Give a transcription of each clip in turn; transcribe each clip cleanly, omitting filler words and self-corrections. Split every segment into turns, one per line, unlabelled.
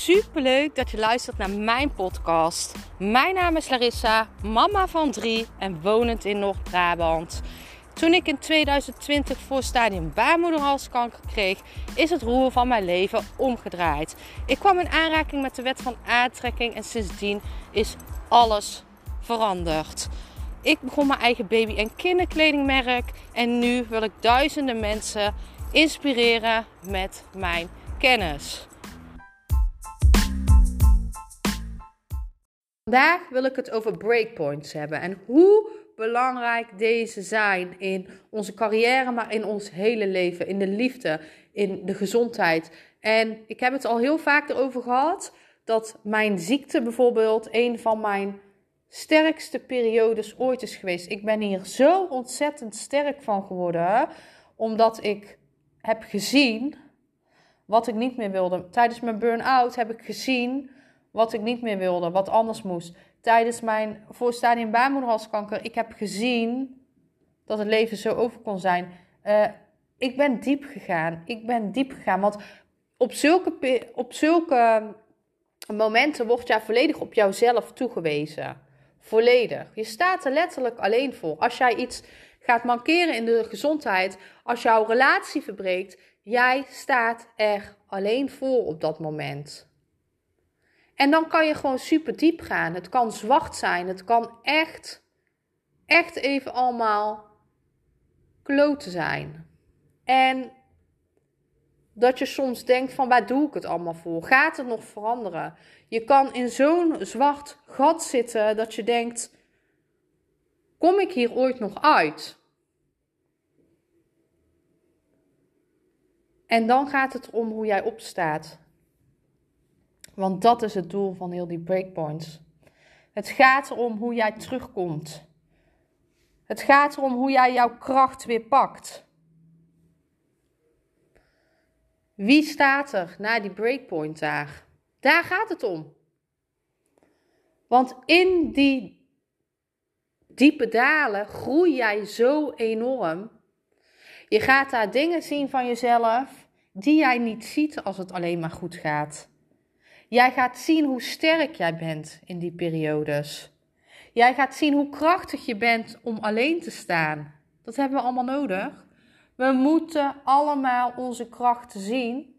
Superleuk dat je luistert naar mijn podcast. Mijn naam is Larissa, mama van 3 en wonend in Noord-Brabant. Toen ik in 2020 voorstadium baarmoederhalskanker kreeg, is het roer van mijn leven omgedraaid. Ik kwam in aanraking met de wet van aantrekking en sindsdien is alles veranderd. Ik begon mijn eigen baby- en kinderkledingmerk en nu wil ik duizenden mensen inspireren met mijn kennis. Vandaag wil ik het over breakpoints hebben en hoe belangrijk deze zijn in onze carrière, maar in ons hele leven, in de liefde, in de gezondheid. En ik heb het al heel vaak erover gehad dat mijn ziekte bijvoorbeeld een van mijn sterkste periodes ooit is geweest. Ik ben hier zo ontzettend sterk van geworden, omdat ik heb gezien wat ik niet meer wilde. Tijdens mijn burn-out heb ik gezien wat ik niet meer wilde, wat anders moest. Tijdens mijn voorstadium baarmoederhalskanker, ik heb gezien dat het leven zo over kon zijn. Ik ben diep gegaan. Want op zulke momenten word jij volledig op jouzelf toegewezen. Volledig. Je staat er letterlijk alleen voor. Als jij iets gaat mankeren in de gezondheid, als jouw relatie verbreekt, jij staat er alleen voor op dat moment. En dan kan je gewoon super diep gaan. Het kan zwart zijn. Het kan echt even allemaal kloten zijn. En dat je soms denkt van waar doe ik het allemaal voor? Gaat het nog veranderen? Je kan in zo'n zwart gat zitten dat je denkt, kom ik hier ooit nog uit? En dan gaat het om hoe jij opstaat. Want dat is het doel van heel die breakpoints. Het gaat erom hoe jij terugkomt. Het gaat erom hoe jij jouw kracht weer pakt. Wie staat er na die breakpoint daar? Daar gaat het om. Want in die diepe dalen groei jij zo enorm. Je gaat daar dingen zien van jezelf die jij niet ziet als het alleen maar goed gaat. Jij gaat zien hoe sterk jij bent in die periodes. Jij gaat zien hoe krachtig je bent om alleen te staan. Dat hebben we allemaal nodig. We moeten allemaal onze krachten zien.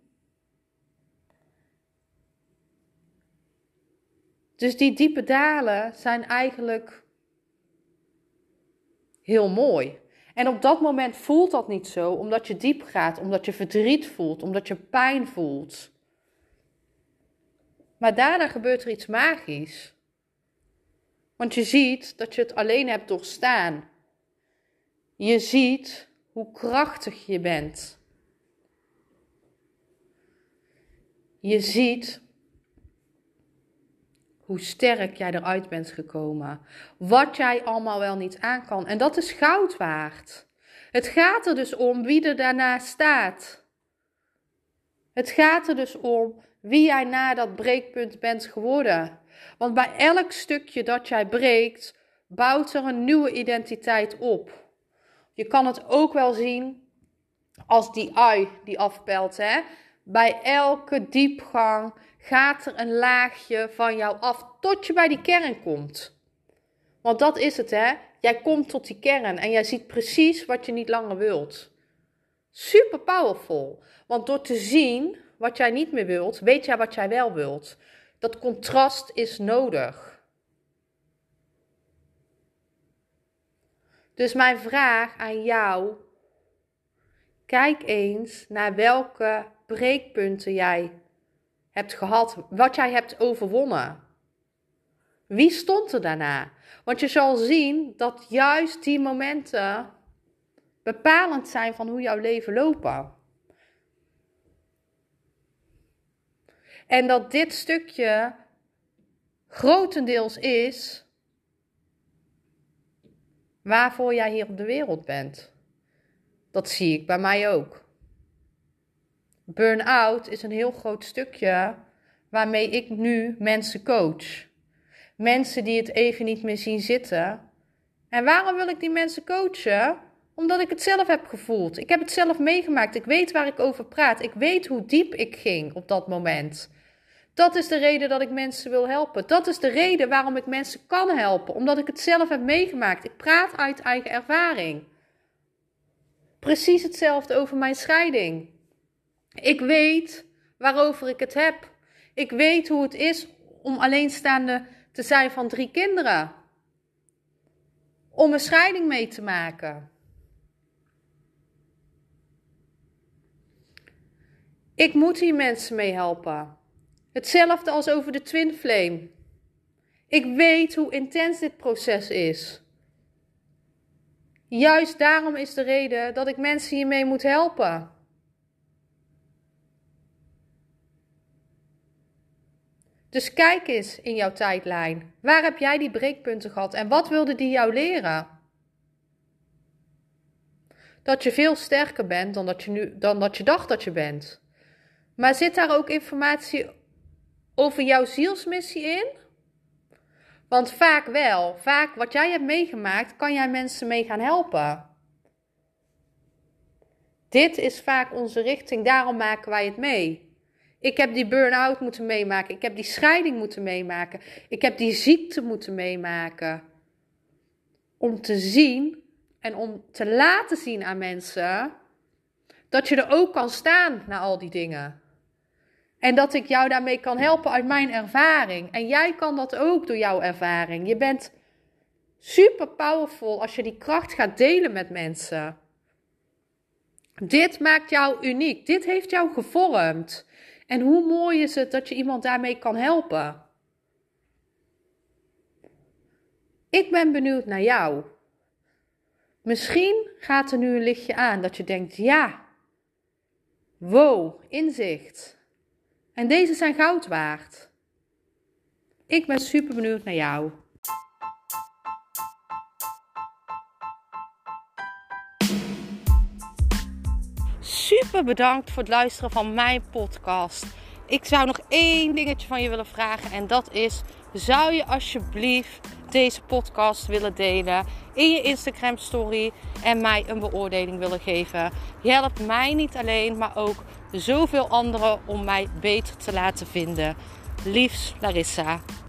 Dus die diepe dalen zijn eigenlijk heel mooi. En op dat moment voelt dat niet zo, omdat je diep gaat, omdat je verdriet voelt, omdat je pijn voelt. Maar daarna gebeurt er iets magisch. Want je ziet dat je het alleen hebt doorstaan. Je ziet hoe krachtig je bent. Je ziet hoe sterk jij eruit bent gekomen. Wat jij allemaal wel niet aan kan. En dat is goud waard. Het gaat er dus om wie er daarna staat. Het gaat er dus om wie jij na dat breekpunt bent geworden. Want bij elk stukje dat jij breekt, bouwt er een nieuwe identiteit op. Je kan het ook wel zien als die ui die afpelt. Hè? Bij elke diepgang gaat er een laagje van jou af tot je bij die kern komt. Want dat is het, hè? Jij komt tot die kern en jij ziet precies wat je niet langer wilt. Super powerful. Want door te zien wat jij niet meer wilt, weet jij wat jij wel wilt. Dat contrast is nodig. Dus mijn vraag aan jou, kijk eens naar welke breekpunten jij hebt gehad, wat jij hebt overwonnen. Wie stond er daarna? Want je zal zien dat juist die momenten bepalend zijn van hoe jouw leven lopen. En dat dit stukje grotendeels is waarvoor jij hier op de wereld bent. Dat zie ik bij mij ook. Burn-out is een heel groot stukje waarmee ik nu mensen coach. Mensen die het even niet meer zien zitten. En waarom wil ik die mensen coachen? Omdat ik het zelf heb gevoeld. Ik heb het zelf meegemaakt. Ik weet waar ik over praat. Ik weet hoe diep ik ging op dat moment. Dat is de reden dat ik mensen wil helpen. Dat is de reden waarom ik mensen kan helpen. Omdat ik het zelf heb meegemaakt. Ik praat uit eigen ervaring. Precies hetzelfde over mijn scheiding. Ik weet waarover ik het heb. Ik weet hoe het is om alleenstaande te zijn van 3 kinderen. Om een scheiding mee te maken. Ik moet hier mensen mee helpen. Hetzelfde als over de Twin Flame. Ik weet hoe intens dit proces is. Juist daarom is de reden dat ik mensen hiermee moet helpen. Dus kijk eens in jouw tijdlijn. Waar heb jij die breekpunten gehad en wat wilde die jou leren? Dat je veel sterker bent dan dat je dacht dat je bent. Maar zit daar ook informatie over jouw zielsmissie in? Want vaak wel. Vaak wat jij hebt meegemaakt, kan jij mensen mee gaan helpen. Dit is vaak onze richting, daarom maken wij het mee. Ik heb die burn-out moeten meemaken. Ik heb die scheiding moeten meemaken. Ik heb die ziekte moeten meemaken. Om te zien en om te laten zien aan mensen dat je er ook kan staan na al die dingen. En dat ik jou daarmee kan helpen uit mijn ervaring. En jij kan dat ook door jouw ervaring. Je bent super powerful als je die kracht gaat delen met mensen. Dit maakt jou uniek. Dit heeft jou gevormd. En hoe mooi is het dat je iemand daarmee kan helpen? Ik ben benieuwd naar jou. Misschien gaat er nu een lichtje aan dat je denkt, ja, wow, inzicht. En deze zijn goud waard. Ik ben super benieuwd naar jou. Super bedankt voor het luisteren van mijn podcast. Ik zou nog 1 dingetje van je willen vragen. En dat is, zou je alsjeblieft deze podcast willen delen in je Instagram story en mij een beoordeling willen geven? Je helpt mij niet alleen, maar ook zoveel anderen om mij beter te laten vinden. Liefs, Larissa.